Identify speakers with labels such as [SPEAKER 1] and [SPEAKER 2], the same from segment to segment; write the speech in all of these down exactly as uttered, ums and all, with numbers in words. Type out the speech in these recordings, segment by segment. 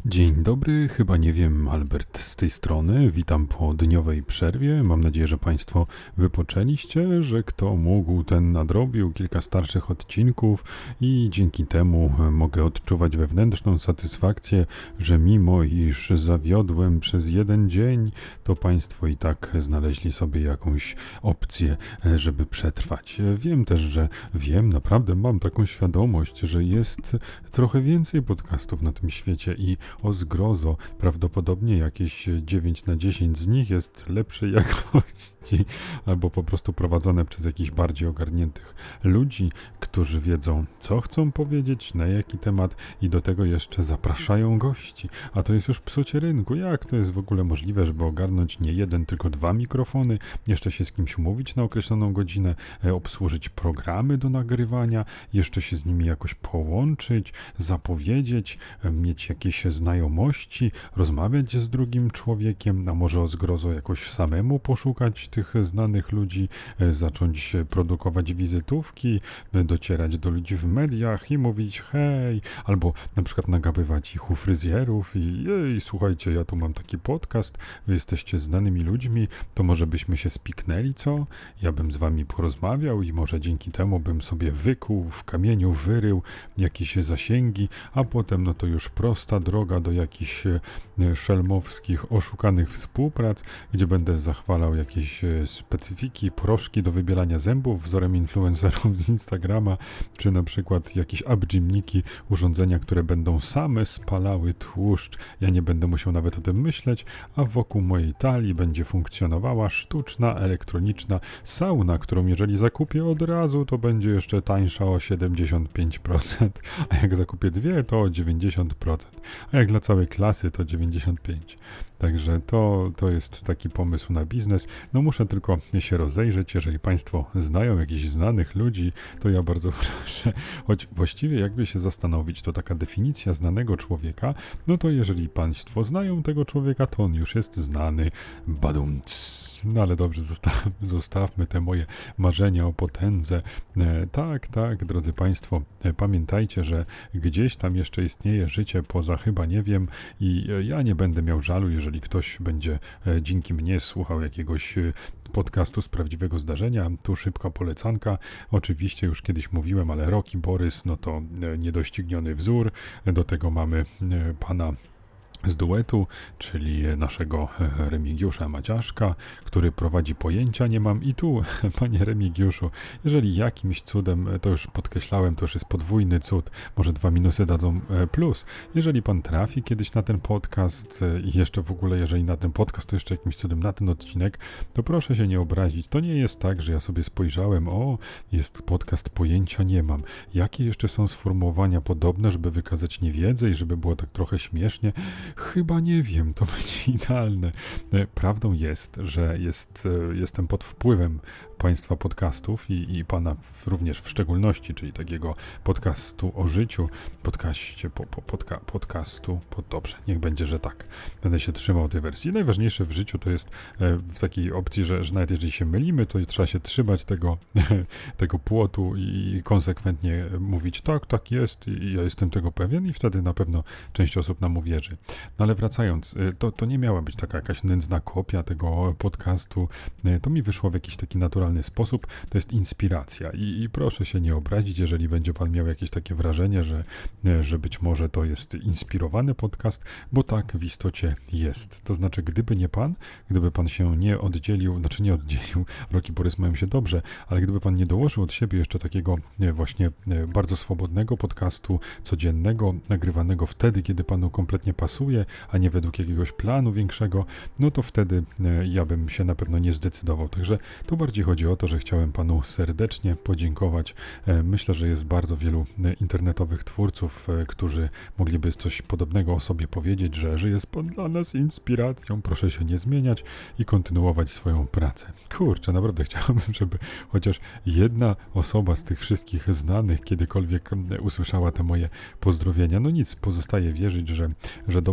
[SPEAKER 1] Dzień dobry, chyba nie wiem, Albert z tej strony. Witam po dniowej przerwie. Mam nadzieję, że Państwo wypoczęliście, że kto mógł, ten nadrobił kilka starszych odcinków i dzięki temu mogę odczuwać wewnętrzną satysfakcję, że mimo iż zawiodłem przez jeden dzień, to Państwo i tak znaleźli sobie jakąś opcję, żeby przetrwać. Wiem też, że wiem, naprawdę mam taką świadomość, że jest trochę więcej podcastów na tym świecie i o zgrozo, prawdopodobnie jakieś dziewięć na dziesięć z nich jest lepszej jakości, albo po prostu prowadzone przez jakichś bardziej ogarniętych ludzi, którzy wiedzą, co chcą powiedzieć, na jaki temat i do tego jeszcze zapraszają gości. A to jest już psucie rynku. Jak to jest w ogóle możliwe, żeby ogarnąć nie jeden, tylko dwa mikrofony, jeszcze się z kimś umówić na określoną godzinę, e, obsłużyć programy do nagrywania, jeszcze się z nimi jakoś połączyć, zapowiedzieć, e, mieć jakieś znajomości, rozmawiać z drugim człowiekiem, a może o zgrozo jakoś samemu poszukać tych znanych ludzi, e, zacząć produkować wizytówki, e, docierać do ludzi w mediach i mówić hej, albo na przykład nagabywać ich u fryzjerów i jej, słuchajcie, ja tu mam taki podcast, wy jesteście znanymi ludźmi, to może byśmy się spiknęli, co? Ja bym z wami porozmawiał i może dzięki temu bym sobie wykuł, w kamieniu wyrył jakieś zasięgi, a potem no to już prosta droga do jakichś e, szelmowskich, oszukanych współprac, gdzie będę zachwalał jakieś e, specyfiki, proszki do wybierania zębów wzorem influencerów z Instagrama, czy na przykład jakieś abgymniki, urządzenia, które będą same spalały tłuszcz. Ja nie będę musiał nawet o tym myśleć, a wokół mojej talii będzie funkcjonowała sztuczna, elektroniczna sauna, którą jeżeli zakupię od razu, to będzie jeszcze tańsza o siedemdziesiąt pięć procent, a jak zakupię dwie, to o dziewięćdziesiąt procent, a jak dla całej klasy, to dziewięćdziesiąt pięć procent. Także to, to jest taki pomysł na biznes. No muszę tylko się rozejrzeć, jeżeli Państwo znają jakichś znanych ludzi, to ja bardzo proszę, choć właściwie jakby się zastanowić, to taka definicja znanego człowieka, no to jeżeli Państwo znają tego człowieka, to on już jest znany. Badumc. No ale dobrze, zostawmy, zostawmy te moje marzenia o potędze. E, tak, tak, drodzy Państwo, e, pamiętajcie, że gdzieś tam jeszcze istnieje życie poza chyba nie wiem i e, ja nie będę miał żalu, jeżeli ktoś będzie e, dzięki mnie słuchał jakiegoś e, podcastu z prawdziwego zdarzenia. Tu szybka polecanka. Oczywiście już kiedyś mówiłem, ale Rocky Borys, no to e, niedościgniony wzór. E, do tego mamy e, pana z duetu, czyli naszego Remigiusza Maciaszka, który prowadzi Pojęcia nie mam i tu, panie Remigiuszu, jeżeli jakimś cudem, to już podkreślałem, to już jest podwójny cud, może dwa minusy dadzą plus, jeżeli pan trafi kiedyś na ten podcast i jeszcze w ogóle, jeżeli na ten podcast, to jeszcze jakimś cudem na ten odcinek, to proszę się nie obrazić. To nie jest tak, że ja sobie spojrzałem, o, jest podcast Pojęcia nie mam. Jakie jeszcze są sformułowania podobne, żeby wykazać niewiedzę i żeby było tak trochę śmiesznie? Chyba nie wiem, to będzie idealne. Prawdą jest, że jest, jestem pod wpływem Państwa podcastów i, i Pana w, również w szczególności, czyli takiego podcastu o życiu, podcaście, po, po, podca, podcastu, po, dobrze, niech będzie, że tak. Będę się trzymał tej wersji. Najważniejsze w życiu to jest e, w takiej opcji, że, że nawet jeżeli się mylimy, to trzeba się trzymać tego, tego płotu i konsekwentnie mówić tak, tak jest i ja jestem tego pewien i wtedy na pewno część osób nam uwierzy. No ale wracając, to, to nie miała być taka jakaś nędzna kopia tego podcastu, to mi wyszło w jakiś taki naturalny sposób, to jest inspiracja i, i proszę się nie obrazić, jeżeli będzie pan miał jakieś takie wrażenie, że, że być może to jest inspirowany podcast, bo tak w istocie jest. To znaczy, gdyby nie pan, gdyby pan się nie oddzielił, znaczy nie oddzielił, Rocky Borys mają się dobrze, ale gdyby pan nie dołożył od siebie jeszcze takiego właśnie bardzo swobodnego podcastu codziennego, nagrywanego wtedy, kiedy panu kompletnie pasuje, a nie według jakiegoś planu większego, no to wtedy ja bym się na pewno nie zdecydował. Także tu bardziej chodzi o to, że chciałem panu serdecznie podziękować. Myślę, że jest bardzo wielu internetowych twórców, którzy mogliby coś podobnego o sobie powiedzieć, że, że jest pan dla nas inspiracją, proszę się nie zmieniać i kontynuować swoją pracę. Kurczę, naprawdę chciałbym, żeby chociaż jedna osoba z tych wszystkich znanych kiedykolwiek usłyszała te moje pozdrowienia. No nic, pozostaje wierzyć, że, że dobrze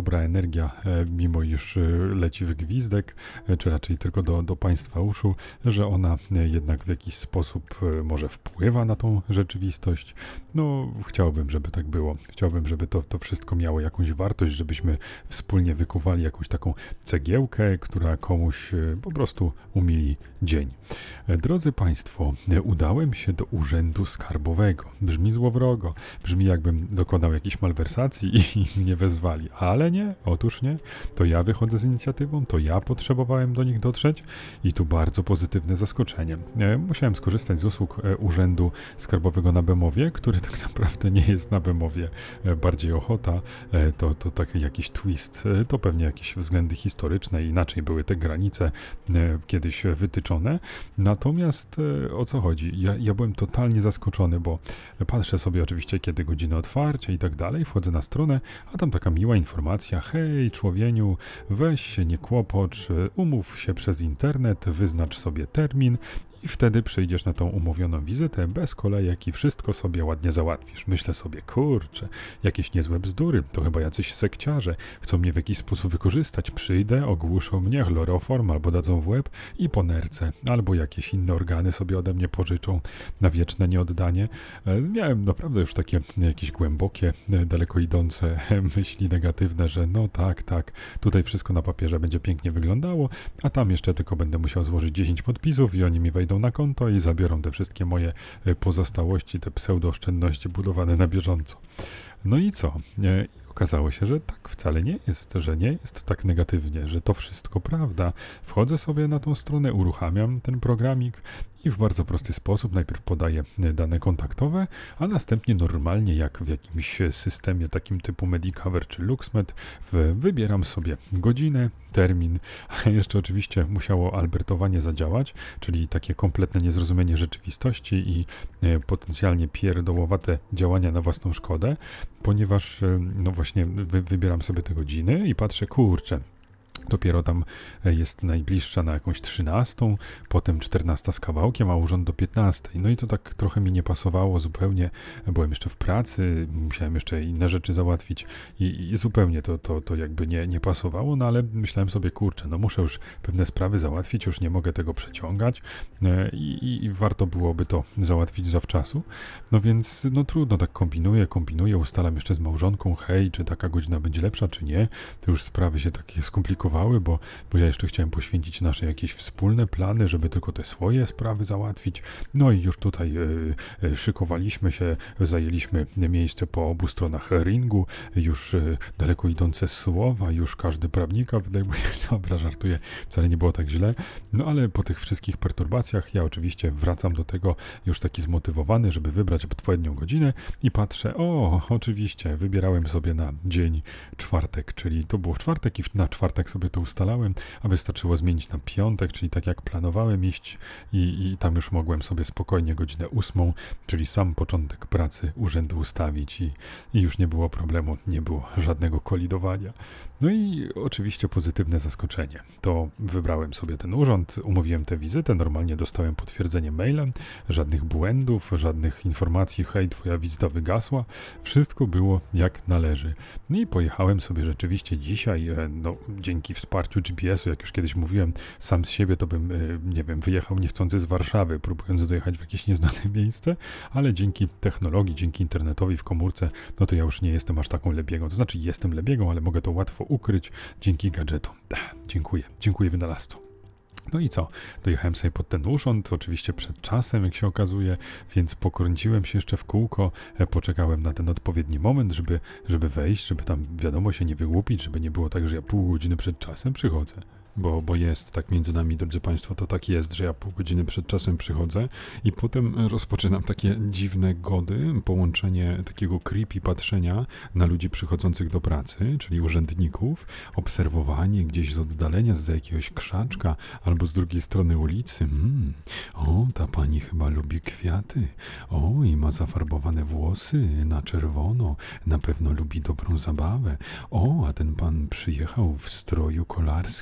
[SPEAKER 1] dobra energia, mimo iż leci w gwizdek, czy raczej tylko do, do państwa uszu, że ona jednak w jakiś sposób może wpływa na tą rzeczywistość. No, chciałbym, żeby tak było. Chciałbym, żeby to, to wszystko miało jakąś wartość, żebyśmy wspólnie wykuwali jakąś taką cegiełkę, która komuś po prostu umili dzień. Drodzy Państwo, udałem się do Urzędu Skarbowego. Brzmi złowrogo, brzmi jakbym dokonał jakiejś malwersacji i mnie wezwali, ale nie, otóż nie. To ja wychodzę z inicjatywą, to ja potrzebowałem do nich dotrzeć i tu bardzo pozytywne zaskoczenie. Musiałem skorzystać z usług Urzędu Skarbowego na Bemowie, który tak naprawdę nie jest na Bemowie, bardziej Ochota, to, to taki jakiś twist, to pewnie jakieś względy historyczne, inaczej były te granice kiedyś wytyczone. Natomiast o co chodzi? Ja, ja byłem totalnie zaskoczony, bo patrzę sobie oczywiście, kiedy godzina otwarcia i tak dalej, wchodzę na stronę, a tam taka miła informacja: hej człowieniu, weź się, nie kłopocz, umów się przez internet, wyznacz sobie termin i wtedy przyjdziesz na tą umówioną wizytę bez kolejek i wszystko sobie ładnie załatwisz. Myślę sobie, kurczę, jakieś niezłe bzdury, to chyba jacyś sekciarze, chcą mnie w jakiś sposób wykorzystać. Przyjdę, ogłuszą mnie, chloroform albo dadzą w łeb i po nerce, albo jakieś inne organy sobie ode mnie pożyczą na wieczne nieoddanie. Miałem naprawdę już takie jakieś głębokie, daleko idące myśli negatywne, że no tak, tak, tutaj wszystko na papierze będzie pięknie wyglądało, a tam jeszcze tylko będę musiał złożyć dziesięć podpisów i oni mi wejdą na konto i zabiorą te wszystkie moje pozostałości, te pseudooszczędności budowane na bieżąco. No i co? I okazało się, że tak wcale nie jest, że nie jest tak negatywnie, że to wszystko prawda. Wchodzę sobie na tą stronę, uruchamiam ten programik i w bardzo prosty sposób najpierw podaję dane kontaktowe, a następnie normalnie jak w jakimś systemie takim typu Medicover czy LuxMed wybieram sobie godzinę, termin, a jeszcze oczywiście musiało albertowanie zadziałać, czyli takie kompletne niezrozumienie rzeczywistości i potencjalnie pierdołowate działania na własną szkodę, ponieważ no właśnie wy, wybieram sobie te godziny i patrzę, kurczę, dopiero tam jest najbliższa na jakąś trzynastą, potem czternasta z kawałkiem, a urząd do piętnastej. No i to tak trochę mi nie pasowało zupełnie. Byłem jeszcze w pracy, musiałem jeszcze inne rzeczy załatwić i, i zupełnie to, to, to jakby nie, nie pasowało, no ale myślałem sobie, kurczę, no muszę już pewne sprawy załatwić, już nie mogę tego przeciągać i, i, i warto byłoby to załatwić zawczasu. No więc no trudno, tak kombinuję, kombinuję, ustalam jeszcze z małżonką, hej, czy taka godzina będzie lepsza, czy nie. To już sprawy się takie skomplikowały, Bo, bo ja jeszcze chciałem poświęcić nasze jakieś wspólne plany, żeby tylko te swoje sprawy załatwić. No i już tutaj y, y, szykowaliśmy się, zajęliśmy miejsce po obu stronach ringu, już y, daleko idące słowa, już każdy prawnika wydajmuje, dobra, żartuję, wcale nie było tak źle. No ale po tych wszystkich perturbacjach ja oczywiście wracam do tego już taki zmotywowany, żeby wybrać odpowiednią godzinę i patrzę, o, oczywiście, wybierałem sobie na dzień czwartek, czyli to było w czwartek i na czwartek sobie to ustalałem, a wystarczyło zmienić na piątek, czyli tak jak planowałem iść i, i tam już mogłem sobie spokojnie godzinę ósmą, czyli sam początek pracy urzędu ustawić i, i już nie było problemu, nie było żadnego kolidowania. No i oczywiście pozytywne zaskoczenie. To wybrałem sobie ten urząd, umówiłem tę wizytę, normalnie dostałem potwierdzenie mailem, żadnych błędów, żadnych informacji, hej, twoja wizyta wygasła, wszystko było jak należy. No i pojechałem sobie rzeczywiście dzisiaj, no dzięki wsparciu G P S-u, jak już kiedyś mówiłem, sam z siebie to bym, nie wiem, wyjechał niechcący z Warszawy, próbując dojechać w jakieś nieznane miejsce, ale dzięki technologii, dzięki internetowi w komórce, no to ja już nie jestem aż taką lebiegą, to znaczy jestem lebiegą, ale mogę to łatwo ukryć dzięki gadżetom. Dziękuję, dziękuję wynalazcu. No i co? Dojechałem sobie pod ten urząd, oczywiście przed czasem, jak się okazuje, więc pokręciłem się jeszcze w kółko, poczekałem na ten odpowiedni moment, żeby, żeby wejść, żeby tam, wiadomo, się nie wygłupić, żeby nie było tak, że ja pół godziny przed czasem przychodzę. Bo, bo jest tak między nami, drodzy Państwo, to tak jest, że ja pół godziny przed czasem przychodzę i potem rozpoczynam takie dziwne gody, połączenie takiego creepy patrzenia na ludzi przychodzących do pracy, czyli urzędników, obserwowanie gdzieś z oddalenia, z jakiegoś krzaczka albo z drugiej strony ulicy. Mm, o, ta pani chyba lubi kwiaty. O, i ma zafarbowane włosy na czerwono. Na pewno lubi dobrą zabawę. O, a ten pan przyjechał w stroju kolarskim.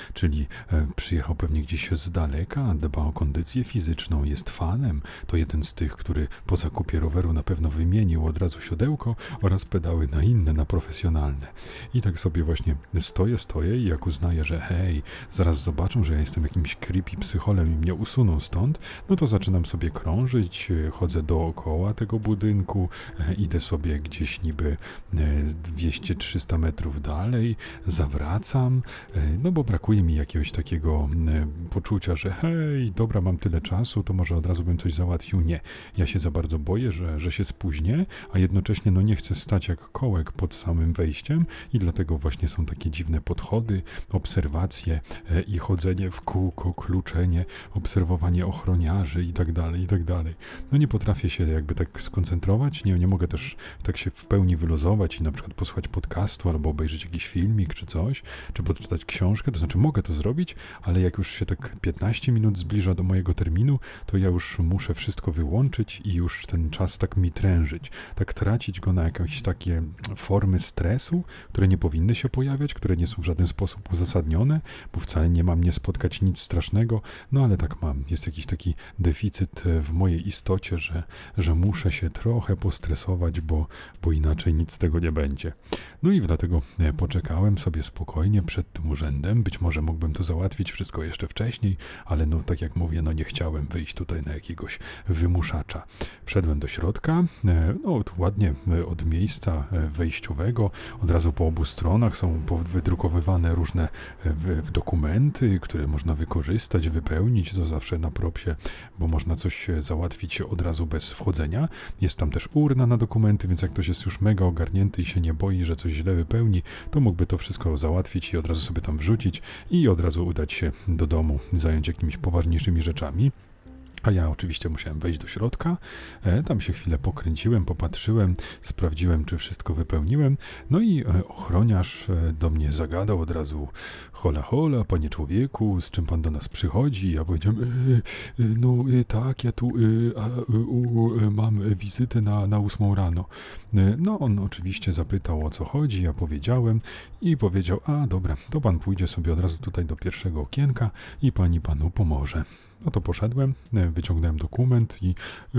[SPEAKER 1] czyli e, przyjechał pewnie gdzieś z daleka, dba o kondycję fizyczną, jest fanem. To jeden z tych, który po zakupie roweru na pewno wymienił od razu siodełko oraz pedały na inne, na profesjonalne. I tak sobie właśnie stoję, stoję i jak uznaję, że hej, zaraz zobaczą, że ja jestem jakimś creepy psycholem i mnie usuną stąd, no to zaczynam sobie krążyć, chodzę dookoła tego budynku, e, idę sobie gdzieś niby e, dwieście trzysta metrów dalej, zawracam, e, no bo brakuje mi jakiegoś takiego e, poczucia, że hej, dobra, mam tyle czasu, to może od razu bym coś załatwił. Nie, ja się za bardzo boję, że, że się spóźnię, a jednocześnie no nie chcę stać jak kołek pod samym wejściem i dlatego właśnie są takie dziwne podchody, obserwacje e, i chodzenie w kółko, kluczenie, obserwowanie ochroniarzy i tak dalej, i tak dalej. No nie potrafię się jakby tak skoncentrować, nie, nie mogę też tak się w pełni wyluzować i na przykład posłuchać podcastu albo obejrzeć jakiś filmik czy coś, czy poczytać książkę, to znaczy mogę to zrobić, ale jak już się tak piętnaście minut zbliża do mojego terminu, to ja już muszę wszystko wyłączyć i już ten czas tak mi trężyć, tak tracić go na jakieś takie formy stresu, które nie powinny się pojawiać, które nie są w żaden sposób uzasadnione, bo wcale nie ma mnie spotkać nic strasznego, no ale tak mam. Jest jakiś taki deficyt w mojej istocie, że, że muszę się trochę postresować, bo, bo inaczej nic z tego nie będzie. No i dlatego poczekałem sobie spokojnie przed tym urzędem. Być może mógłbym to załatwić wszystko jeszcze wcześniej, ale no tak jak mówię, no nie chciałem wyjść tutaj na jakiegoś wymuszacza. Wszedłem do środka, no ładnie od miejsca wejściowego, od razu po obu stronach są wydrukowywane różne dokumenty, które można wykorzystać, wypełnić, to zawsze na propsie, bo można coś załatwić od razu bez wchodzenia. Jest tam też urna na dokumenty, więc jak ktoś jest już mega ogarnięty i się nie boi, że coś źle wypełni, to mógłby to wszystko załatwić i od razu sobie tam wrzucić i od razu udać się do domu, zająć jakimiś poważniejszymi rzeczami. A ja oczywiście musiałem wejść do środka, e, tam się chwilę pokręciłem, popatrzyłem, sprawdziłem, czy wszystko wypełniłem, no i e, ochroniarz e, do mnie zagadał od razu: hola, hola, panie człowieku, z czym pan do nas przychodzi? Ja powiedziałem: e, e, no e, tak, ja tu e, a, e, e, mam wizytę na, na ósmą rano. E, no on oczywiście zapytał, o co chodzi, ja powiedziałem i powiedział: a dobra, to pan pójdzie sobie od razu tutaj do pierwszego okienka i pani panu pomoże. No to poszedłem, wyciągnąłem dokument i y, y,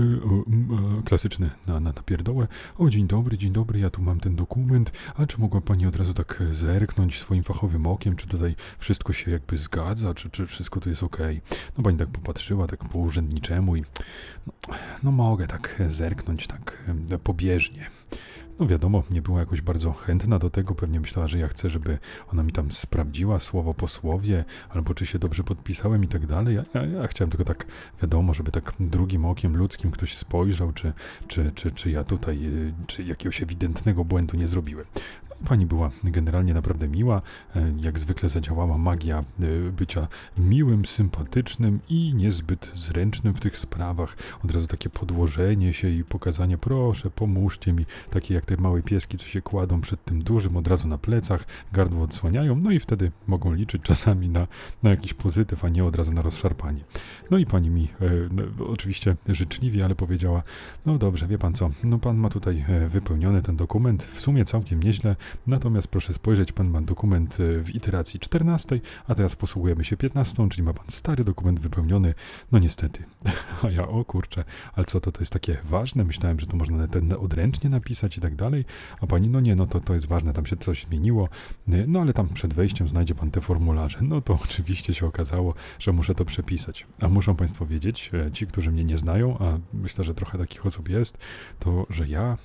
[SPEAKER 1] y, klasyczny na, na, na pierdołę. O, dzień dobry, dzień dobry, ja tu mam ten dokument, a czy mogła pani od razu tak zerknąć swoim fachowym okiem, czy tutaj wszystko się jakby zgadza, czy, czy wszystko tu jest okej. No pani tak popatrzyła, tak po urzędniczemu i no, no mogę tak zerknąć tak pobieżnie. No wiadomo, nie była jakoś bardzo chętna do tego, pewnie myślała, że ja chcę, żeby ona mi tam sprawdziła słowo po słowie, albo czy się dobrze podpisałem i tak dalej. Ja, ja, ja chciałem tylko tak, wiadomo, żeby tak drugim okiem ludzkim ktoś spojrzał, czy, czy, czy, czy ja tutaj, czy jakiegoś ewidentnego błędu nie zrobiłem. Pani była generalnie naprawdę miła, jak zwykle zadziałała magia bycia miłym, sympatycznym i niezbyt zręcznym w tych sprawach. Od razu takie podłożenie się i pokazanie: proszę, pomóżcie mi, takie jak te małe pieski, co się kładą przed tym dużym, od razu na plecach, gardło odsłaniają, no i wtedy mogą liczyć czasami na, na jakiś pozytyw, a nie od razu na rozszarpanie. No i pani mi e, no, oczywiście życzliwie, ale powiedziała: no dobrze, wie pan co, no pan ma tutaj wypełniony ten dokument, w sumie całkiem nieźle, natomiast proszę spojrzeć, pan ma dokument w iteracji czternastej, a teraz posługujemy się piętnastą, czyli ma pan stary dokument wypełniony, no niestety. A ja, o kurczę, ale co to, to jest takie ważne? Myślałem, że to można ten odręcznie napisać i tak dalej, a pani: no nie, no to, to jest ważne, tam się coś zmieniło, no ale tam przed wejściem znajdzie pan te formularze. No to oczywiście się okazało, że muszę to przepisać. A muszą państwo wiedzieć, ci, którzy mnie nie znają, a myślę, że trochę takich osób jest, to, że ja,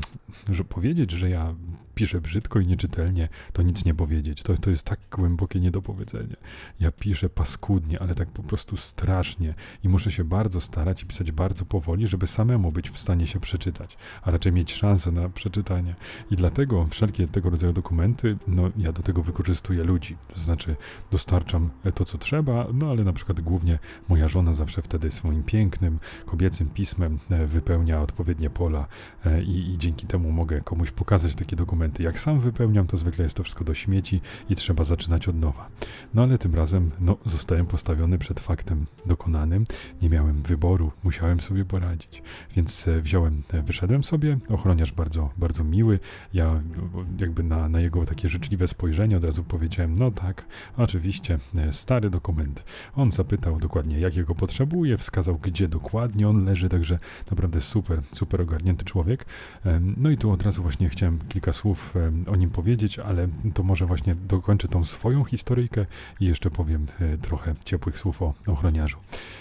[SPEAKER 1] że powiedzieć, że ja piszę brzydko i nieczytelnie, to nic nie powiedzieć. To, to jest tak głębokie niedopowiedzenie. Ja piszę paskudnie, ale tak po prostu strasznie i muszę się bardzo starać i pisać bardzo powoli, żeby samemu być w stanie się przeczytać, a raczej mieć szansę na przeczytanie. I dlatego wszelkie tego rodzaju dokumenty, no ja do tego wykorzystuję ludzi. To znaczy dostarczam to, co trzeba, no ale na przykład głównie moja żona zawsze wtedy swoim pięknym, kobiecym pismem wypełnia odpowiednie pola i, i dzięki temu mogę komuś pokazać takie dokumenty. Jak sam wypełniam, to zwykle jest to wszystko do śmieci i trzeba zaczynać od nowa. No ale tym razem, no, zostałem postawiony przed faktem dokonanym, nie miałem wyboru, musiałem sobie poradzić, więc e, wziąłem, e, wyszedłem sobie, ochroniarz bardzo, bardzo miły, ja jakby na, na jego takie życzliwe spojrzenie od razu powiedziałem, no tak, oczywiście, e, stary dokument. On zapytał dokładnie, jakiego potrzebuje, wskazał, gdzie dokładnie on leży, także naprawdę super, super ogarnięty człowiek. E, no i tu od razu właśnie chciałem kilka słów e, o nim powiedzieć, ale to może właśnie dokończę tą swoją historyjkę i jeszcze powiem e, trochę ciepłych słów o ochroniarzu.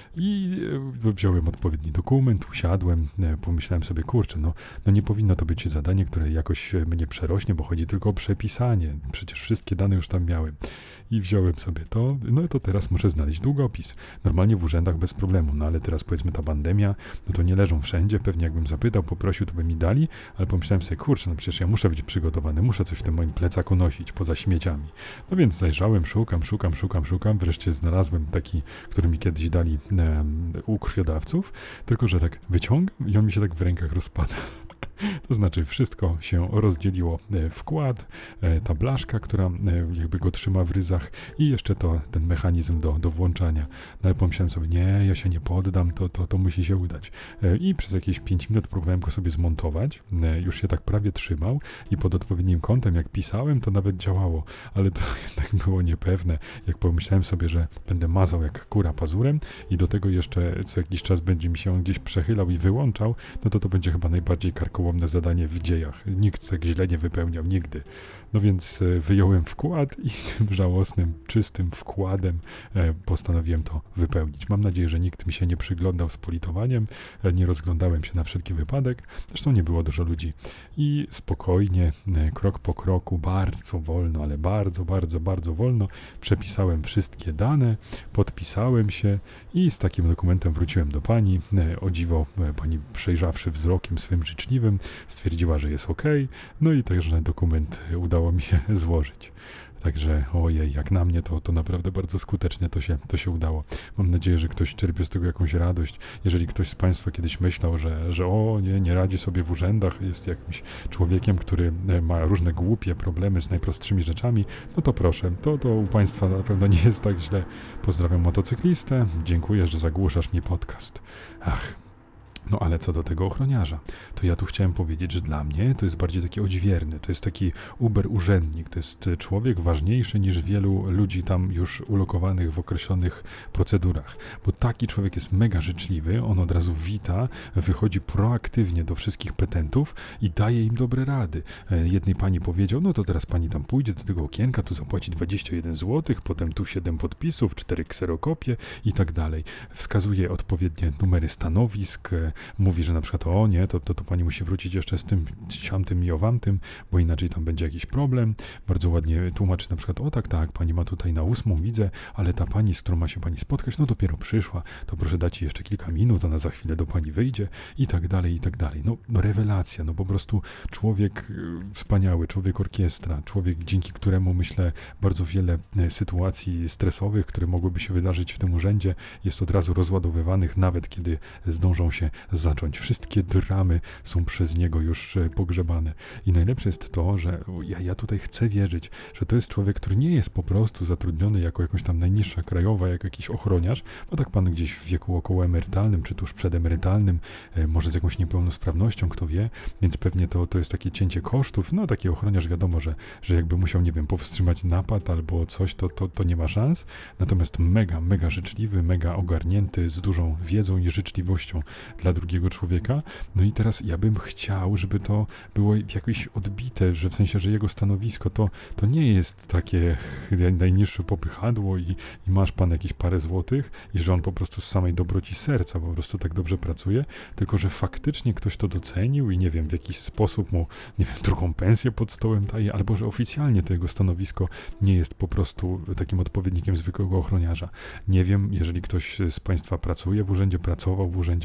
[SPEAKER 1] I e, wziąłem odpowiedni dokument, usiadłem, e, pomyślałem sobie, kurczę, no, no nie powinno to być zadanie, które jakoś e, mnie przerośnie, bo chodzi tylko o przepisanie. Przecież wszystkie dane już tam miałem. I wziąłem sobie to, no to teraz muszę znaleźć długopis. Normalnie w urzędach bez problemu, no ale teraz powiedzmy ta pandemia, no to nie leżą wszędzie, pewnie jakbym zapytał, poprosił, to by mi dali, ale pomyślałem sobie, kurczę, no przecież ja muszę być przygotowany, muszę coś w tym moim plecaku nosić, poza śmieciami. No więc zajrzałem, szukam, szukam, szukam, szukam, wreszcie znalazłem taki, który mi kiedyś dali e, u krwiodawców, tylko że tak wyciągam i on mi się tak w rękach rozpada. To znaczy wszystko się rozdzieliło, e, wkład, e, ta blaszka, która e, jakby go trzyma w ryzach i jeszcze to, ten mechanizm do, do włączania. No ale pomyślałem sobie, nie, ja się nie poddam, to, to, to musi się udać. E, I przez jakieś pięć minut próbowałem go sobie zmontować, e, już się tak prawie trzymał i pod odpowiednim kątem, jak pisałem, to nawet działało, ale to jednak było niepewne. Jak pomyślałem sobie, że będę mazał jak kura pazurem i do tego jeszcze co jakiś czas będzie mi się on gdzieś przechylał i wyłączał, no to to będzie chyba najbardziej karkołomne zadanie w dziejach. Nikt tak źle nie wypełniał, nigdy. No więc e, wyjąłem wkład i tym żałosnym, czystym wkładem e, postanowiłem to wypełnić. Mam nadzieję, że nikt mi się nie przyglądał z politowaniem, e, nie rozglądałem się na wszelki wypadek, zresztą nie było dużo ludzi. I spokojnie, e, krok po kroku, bardzo wolno, ale bardzo, bardzo, bardzo wolno przepisałem wszystkie dane, podpisałem się i z takim dokumentem wróciłem do pani. E, o dziwo, e, pani przejrzawszy wzrokiem swym życzliwym, stwierdziła, że jest ok, no i także dokument udało mi się złożyć. Także ojej, jak na mnie to, to naprawdę bardzo skutecznie to się, to się udało. Mam nadzieję, że ktoś czerpie z tego jakąś radość. Jeżeli ktoś z Państwa kiedyś myślał, że, że o nie, nie radzi sobie w urzędach, jest jakimś człowiekiem, który ma różne głupie problemy z najprostszymi rzeczami, no to proszę, to, to u Państwa na pewno nie jest tak źle. Pozdrawiam motocyklistę, dziękuję, że zagłuszasz mi podcast. Ach. No ale co do tego ochroniarza, to ja tu chciałem powiedzieć, że dla mnie to jest bardziej taki odźwierny, to jest taki uber urzędnik, to jest człowiek ważniejszy niż wielu ludzi tam już ulokowanych w określonych procedurach, bo taki człowiek jest mega życzliwy, on od razu wita, wychodzi proaktywnie do wszystkich petentów i daje im dobre rady. Jednej pani powiedział, no to teraz pani tam pójdzie do tego okienka, tu zapłaci dwadzieścia jeden złotych, potem tu siedem podpisów, cztery kserokopie i tak dalej. Wskazuje odpowiednie numery stanowisk, mówi, że na przykład o nie, to, to, to pani musi wrócić jeszcze z tym, siamtym i owamtym, bo inaczej tam będzie jakiś problem. Bardzo ładnie tłumaczy na przykład, o tak, tak, pani ma tutaj na ósmą, widzę, ale ta pani, z którą ma się pani spotkać, no dopiero przyszła, to proszę dać jej jeszcze kilka minut, ona za chwilę do pani wyjdzie i tak dalej, i tak dalej. No, no rewelacja, no po prostu człowiek wspaniały, człowiek orkiestra, człowiek, dzięki któremu myślę bardzo wiele sytuacji stresowych, które mogłyby się wydarzyć w tym urzędzie, jest od razu rozładowywanych, nawet kiedy zdążą się zacząć. Wszystkie dramy są przez niego już pogrzebane. I najlepsze jest to, że ja, ja tutaj chcę wierzyć, że to jest człowiek, który nie jest po prostu zatrudniony jako jakaś tam najniższa krajowa, jak jakiś ochroniarz, bo tak pan gdzieś w wieku okołoemerytalnym, czy tuż przedemerytalnym, e, może z jakąś niepełnosprawnością, kto wie, więc pewnie to, to jest takie cięcie kosztów. No taki ochroniarz wiadomo, że, że jakby musiał, nie wiem, powstrzymać napad albo coś, to, to, to nie ma szans. Natomiast mega, mega życzliwy, mega ogarnięty, z dużą wiedzą i życzliwością dla drugiego człowieka. No i teraz ja bym chciał, żeby to było jakoś odbite, że w sensie, że jego stanowisko to, to nie jest takie najniższe popychadło i, i masz pan jakieś parę złotych i że on po prostu z samej dobroci serca po prostu tak dobrze pracuje, tylko że faktycznie ktoś to docenił i nie wiem, w jakiś sposób mu, nie wiem, drugą pensję pod stołem daje, albo że oficjalnie to jego stanowisko nie jest po prostu takim odpowiednikiem zwykłego ochroniarza. Nie wiem, jeżeli ktoś z Państwa pracuje w urzędzie, pracował w urzędzie albo ma wiedzę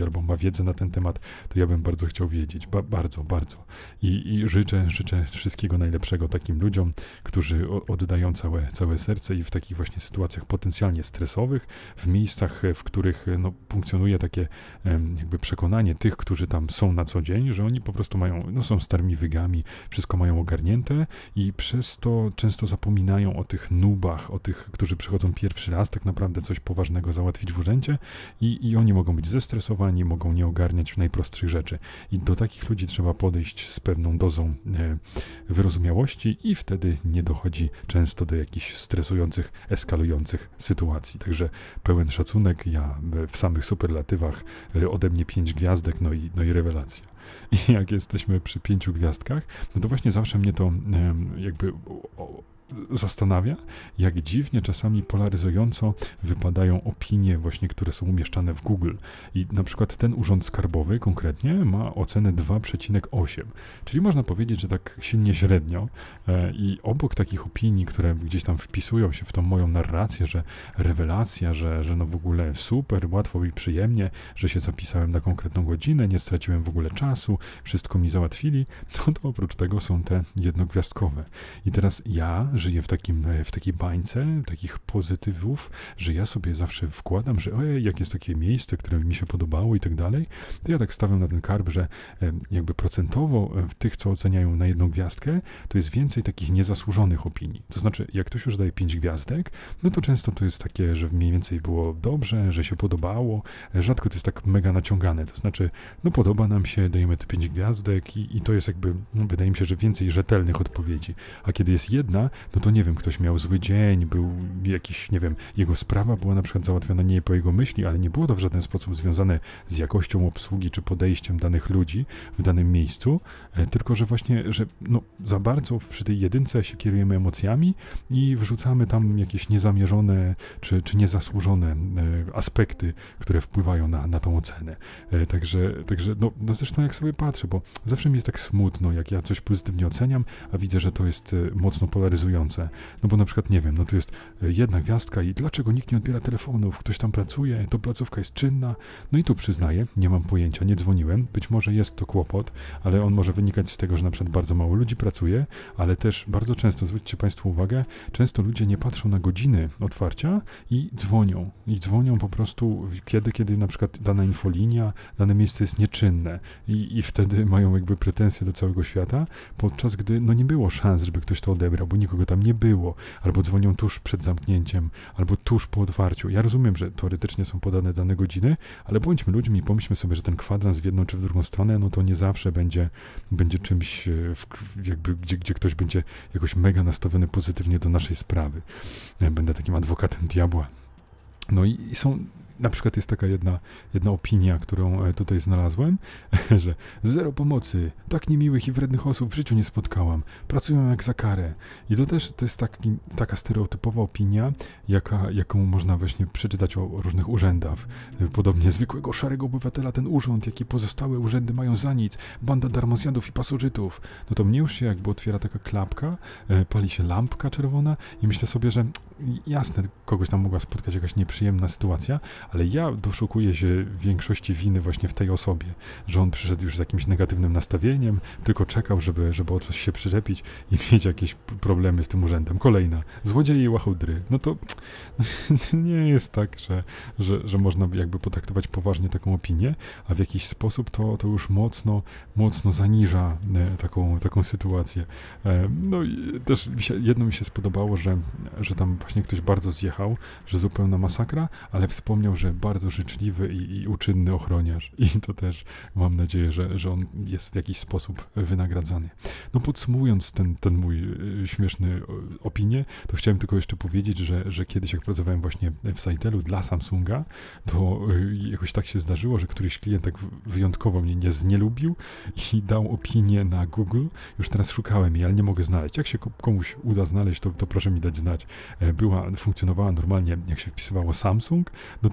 [SPEAKER 1] wiedzę na ten temat, to ja bym bardzo chciał wiedzieć. Ba bardzo, bardzo. I, i życzę, życzę wszystkiego najlepszego takim ludziom, którzy oddają całe, całe serce i w takich właśnie sytuacjach potencjalnie stresowych, w miejscach, w których no, funkcjonuje takie jakby przekonanie tych, którzy tam są na co dzień, że oni po prostu mają, no są starymi wygami, wszystko mają ogarnięte i przez to często zapominają o tych nubach, o tych, którzy przychodzą pierwszy raz tak naprawdę coś poważnego załatwić w urzędzie i, i oni mogą być zestresowani, mogą nie ogarniać najprostszych rzeczy. I do takich ludzi trzeba podejść z pewną dozą e, wyrozumiałości i wtedy nie dochodzi często do jakichś stresujących, eskalujących sytuacji. Także pełen szacunek, ja w samych superlatywach e, ode mnie pięć gwiazdek, no i, no i rewelacja. I jak jesteśmy przy pięciu gwiazdkach, no to właśnie zawsze mnie to e, jakby o, zastanawia, jak dziwnie czasami polaryzująco wypadają opinie właśnie, które są umieszczane w Google. I na przykład ten urząd skarbowy konkretnie ma ocenę dwa przecinek osiem, czyli można powiedzieć, że tak silnie średnio e, i obok takich opinii, które gdzieś tam wpisują się w tą moją narrację, że rewelacja, że, że no w ogóle super, łatwo i przyjemnie, że się zapisałem na konkretną godzinę, nie straciłem w ogóle czasu, wszystko mi załatwili, no to oprócz tego są te jednogwiazdkowe. I teraz ja żyję w, takim, w takiej bańce takich pozytywów, że ja sobie zawsze wkładam, że ojej, jak jest takie miejsce, które mi się podobało i tak dalej, to ja tak stawiam na ten karb, że jakby procentowo w tych, co oceniają na jedną gwiazdkę, to jest więcej takich niezasłużonych opinii. To znaczy, jak ktoś już daje pięć gwiazdek, no to często to jest takie, że mniej więcej było dobrze, że się podobało, rzadko to jest tak mega naciągane, to znaczy, no podoba nam się, dajemy te pięć gwiazdek i, i to jest jakby, no, wydaje mi się, że więcej rzetelnych odpowiedzi. A kiedy jest jedna, no to nie wiem, ktoś miał zły dzień, był jakiś, nie wiem, jego sprawa była na przykład załatwiona nie po jego myśli, ale nie było to w żaden sposób związane z jakością obsługi czy podejściem danych ludzi w danym miejscu, e, tylko że właśnie, że no za bardzo przy tej jedynce się kierujemy emocjami i wrzucamy tam jakieś niezamierzone czy, czy niezasłużone e, aspekty, które wpływają na, na tą ocenę. E, także, także no, no zresztą jak sobie patrzę, bo zawsze mi jest tak smutno, jak ja coś pozytywnie oceniam, a widzę, że to jest e, mocno polaryzujące. No bo na przykład, nie wiem, no tu jest jedna gwiazdka i dlaczego nikt nie odbiera telefonów, ktoś tam pracuje, to placówka jest czynna. No i tu przyznaję, nie mam pojęcia, nie dzwoniłem, być może jest to kłopot, ale on może wynikać z tego, że na przykład bardzo mało ludzi pracuje, ale też bardzo często, zwróćcie Państwo uwagę, często ludzie nie patrzą na godziny otwarcia i dzwonią. I dzwonią po prostu kiedy, kiedy na przykład dana infolinia, dane miejsce jest nieczynne i, i wtedy mają jakby pretensje do całego świata, podczas gdy no nie było szans, żeby ktoś to odebrał, bo nikogo tam nie było, albo dzwonią tuż przed zamknięciem, albo tuż po otwarciu. Ja rozumiem, że teoretycznie są podane dane godziny, ale bądźmy ludźmi i pomyślmy sobie, że ten kwadrans w jedną czy w drugą stronę, no to nie zawsze będzie, będzie czymś, w, jakby, gdzie, gdzie ktoś będzie jakoś mega nastawiony pozytywnie do naszej sprawy. Ja będę takim adwokatem diabła. No i, i są... Na przykład jest taka jedna, jedna opinia, którą tutaj znalazłem, że zero pomocy, tak niemiłych i wrednych osób w życiu nie spotkałam, pracują jak za karę. I to też to jest taki, taka stereotypowa opinia, jaka, jaką można właśnie przeczytać o, o różnych urzędach. Podobnie zwykłego szarego obywatela ten urząd, jakie pozostałe urzędy mają za nic, banda darmozjadów i pasożytów. No to mnie już się jakby otwiera taka klapka, pali się lampka czerwona i myślę sobie, że jasne, kogoś tam mogła spotkać jakaś nieprzyjemna sytuacja, ale ja doszukuję się większości winy właśnie w tej osobie, że on przyszedł już z jakimś negatywnym nastawieniem, tylko czekał, żeby, żeby o coś się przyczepić i mieć jakieś problemy z tym urzędem. Kolejna, złodzieje i łachudry. No to nie jest tak, że, że, że można jakby potraktować poważnie taką opinię, a w jakiś sposób to, to już mocno, mocno zaniża e, taką, taką sytuację. E, no i też mi się, jedno mi się spodobało, że, że tam właśnie ktoś bardzo zjechał, że zupełna masakra, ale wspomniał, że bardzo życzliwy i, i uczynny ochroniarz. I to też mam nadzieję, że, że on jest w jakiś sposób wynagradzany. No podsumowując ten, ten mój y, śmieszny o, opinię, to chciałem tylko jeszcze powiedzieć, że, że kiedyś jak pracowałem właśnie w Sitelu dla Samsunga, to y, jakoś tak się zdarzyło, że któryś klient tak wyjątkowo mnie nie znielubił i dał opinię na Google. Już teraz szukałem jej, ale nie mogę znaleźć. Jak się komuś uda znaleźć, to, to proszę mi dać znać. Była, funkcjonowała normalnie, jak się wpisywało Samsung, no to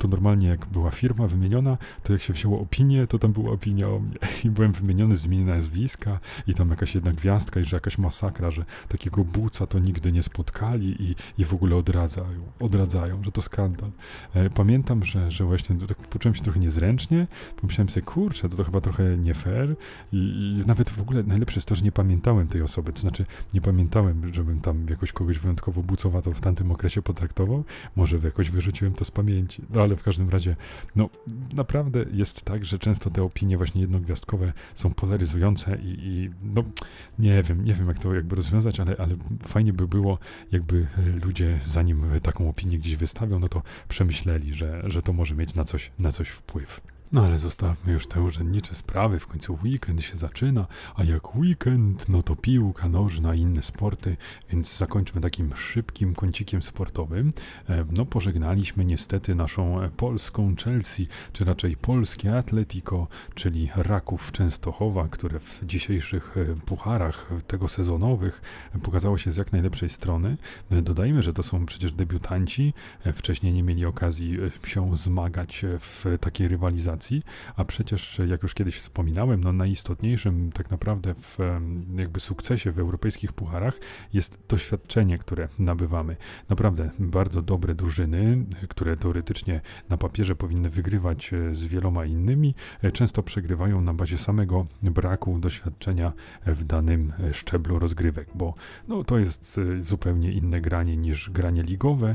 [SPEAKER 1] to normalnie jak była firma wymieniona, to jak się wzięło opinię, to tam była opinia o mnie i byłem wymieniony, zmienione nazwiska i tam jakaś jedna gwiazdka i że jakaś masakra, że takiego buca to nigdy nie spotkali i, i w ogóle odradzają, odradzają, że to skandal. E, pamiętam, że, że właśnie tak poczułem się trochę niezręcznie, pomyślałem sobie, kurczę, to, to chyba trochę nie fair i, i nawet w ogóle najlepsze jest to, że nie pamiętałem tej osoby, to znaczy nie pamiętałem, żebym tam jakoś kogoś wyjątkowo bucowato w tamtym okresie potraktował, może jakoś wyrzuciłem to z pamięci, no ale w każdym razie, no naprawdę jest tak, że często te opinie właśnie jednogwiazdkowe są polaryzujące i, i no nie wiem, nie wiem jak to jakby rozwiązać, ale, ale fajnie by było, jakby ludzie zanim taką opinię gdzieś wystawią, no to przemyśleli, że, że to może mieć na coś, na coś wpływ. No ale zostawmy już te urzędnicze sprawy, w końcu weekend się zaczyna, a jak weekend, no to piłka nożna i inne sporty, więc zakończmy takim szybkim kącikiem sportowym. No pożegnaliśmy niestety naszą polską Chelsea, czy raczej polskie Atletico, czyli Raków Częstochowa, które w dzisiejszych pucharach tego sezonowych pokazało się z jak najlepszej strony. Dodajmy, że to są przecież debiutanci, wcześniej nie mieli okazji się zmagać w takiej rywalizacji, a przecież, jak już kiedyś wspominałem, no najistotniejszym tak naprawdę w jakby sukcesie w europejskich pucharach jest doświadczenie, które nabywamy. Naprawdę bardzo dobre drużyny, które teoretycznie na papierze powinny wygrywać z wieloma innymi, często przegrywają na bazie samego braku doświadczenia w danym szczeblu rozgrywek, bo no, to jest zupełnie inne granie niż granie ligowe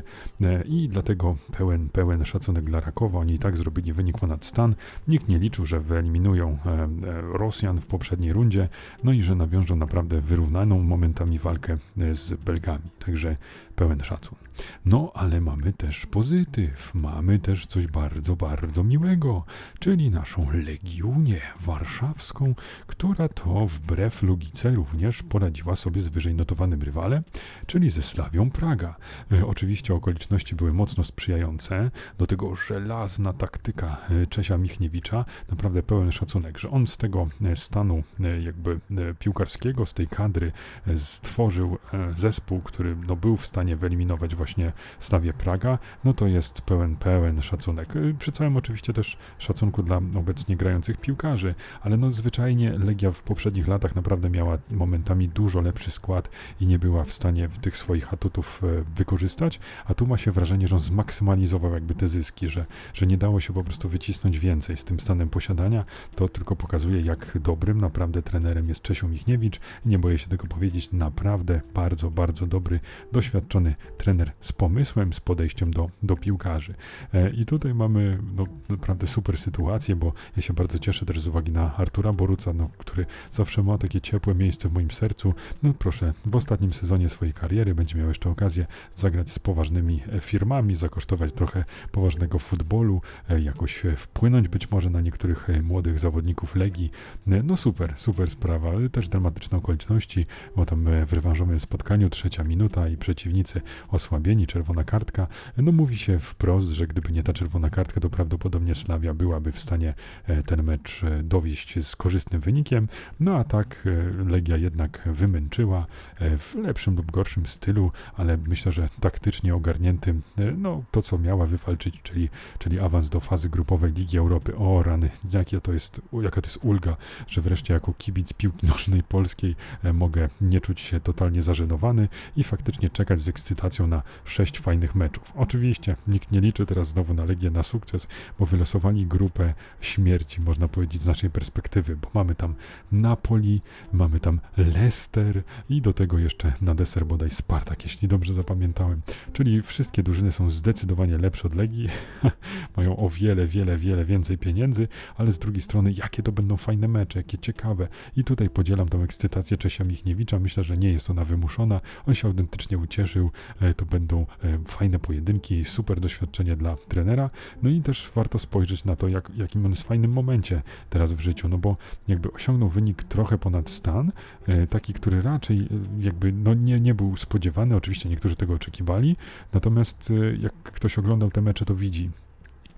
[SPEAKER 1] i dlatego pełen, pełen szacunek dla Rakowa. Oni i tak zrobili wynik ponad stan. Nikt nie liczył, że wyeliminują e, Rosjan w poprzedniej rundzie, no i że nawiążą naprawdę wyrównaną momentami walkę z Belgami. Także pełen szacun. No, ale mamy też pozytyw, mamy też coś bardzo, bardzo miłego, czyli naszą Legiunię Warszawską, która to wbrew logice również poradziła sobie z wyżej notowanym rywalem, czyli ze Slawią Praga. E, oczywiście okoliczności były mocno sprzyjające, do tego żelazna taktyka Czesia Michniewicza, naprawdę pełen szacunek, że on z tego stanu e, jakby e, piłkarskiego, z tej kadry e, stworzył e, zespół, który no, był w stanie wyeliminować właśnie Slawię Praga, no to jest pełen, pełen szacunek. Przy całym oczywiście też szacunku dla obecnie grających piłkarzy, ale no zwyczajnie Legia w poprzednich latach naprawdę miała momentami dużo lepszy skład i nie była w stanie tych swoich atutów wykorzystać, a tu ma się wrażenie, że on zmaksymalizował jakby te zyski, że, że nie dało się po prostu wycisnąć więcej z tym stanem posiadania. To tylko pokazuje, jak dobrym naprawdę trenerem jest Czesiu Michniewicz i nie boję się tego powiedzieć, naprawdę bardzo, bardzo dobry, doświadczony trener z pomysłem, z podejściem do, do piłkarzy. E, I tutaj mamy no, naprawdę super sytuację, bo ja się bardzo cieszę też z uwagi na Artura Boruca, no, który zawsze ma takie ciepłe miejsce w moim sercu. No proszę, w ostatnim sezonie swojej kariery będzie miał jeszcze okazję zagrać z poważnymi firmami, zakosztować trochę poważnego futbolu, e, jakoś wpłynąć być może na niektórych młodych zawodników Legii. E, no super, super sprawa. Też dramatyczne okoliczności, bo tam w rewanżowym spotkaniu trzecia minuta i przeciwnicy osłabieni, czerwona kartka. No mówi się wprost, że gdyby nie ta czerwona kartka, to prawdopodobnie Slavia byłaby w stanie ten mecz dowieść z korzystnym wynikiem. No a tak Legia jednak wymęczyła w lepszym lub gorszym stylu, ale myślę, że taktycznie ogarniętym, no to co miała wywalczyć, czyli, czyli awans do fazy grupowej Ligi Europy. O rany, jakie to jest, jaka to jest ulga, że wreszcie jako kibic piłki nożnej polskiej mogę nie czuć się totalnie zażenowany i faktycznie czekać z ekscytacją na sześć fajnych meczów. Oczywiście nikt nie liczy teraz znowu na Legię, na sukces, bo wylosowali grupę śmierci, można powiedzieć z naszej perspektywy, bo mamy tam Napoli, mamy tam Leicester i do tego jeszcze na deser bodaj Spartak, jeśli dobrze zapamiętałem. Czyli wszystkie drużyny są zdecydowanie lepsze od Legii, mają o wiele, wiele, wiele więcej pieniędzy, ale z drugiej strony jakie to będą fajne mecze, jakie ciekawe. I tutaj podzielam tą ekscytację Czesia Michniewicza. Myślę, że nie jest ona wymuszona. On się autentycznie ucieszył. To będą fajne pojedynki, super doświadczenie dla trenera. No i też warto spojrzeć na to, jak, jakim on jest w fajnym momencie teraz w życiu, no bo jakby osiągnął wynik trochę ponad stan, taki, który raczej jakby no nie, nie był spodziewany. Oczywiście niektórzy tego oczekiwali, natomiast jak ktoś oglądał te mecze, to widzi,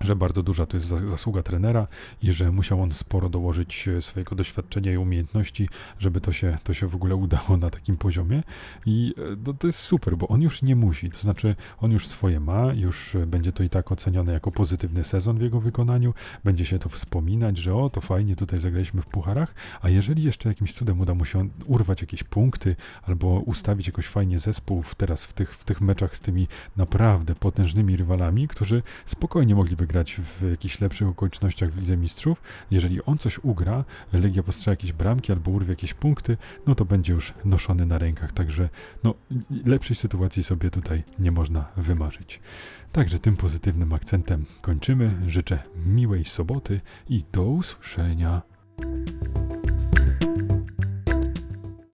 [SPEAKER 1] że bardzo duża to jest zasługa trenera i że musiał on sporo dołożyć swojego doświadczenia i umiejętności, żeby to się, to się w ogóle udało na takim poziomie i no, to jest super, bo on już nie musi, to znaczy on już swoje ma, już będzie to i tak ocenione jako pozytywny sezon w jego wykonaniu, będzie się to wspominać, że o, to fajnie tutaj zagraliśmy w pucharach, a jeżeli jeszcze jakimś cudem uda mu się urwać jakieś punkty albo ustawić jakoś fajnie zespół w teraz w tych, w tych meczach z tymi naprawdę potężnymi rywalami, którzy spokojnie mogliby grać w jakichś lepszych okolicznościach w Lidze Mistrzów. Jeżeli on coś ugra, Legia postrzela jakieś bramki albo urwie jakieś punkty, no to będzie już noszony na rękach, także no lepszej sytuacji sobie tutaj nie można wymarzyć. Także tym pozytywnym akcentem kończymy. Życzę miłej soboty i do usłyszenia.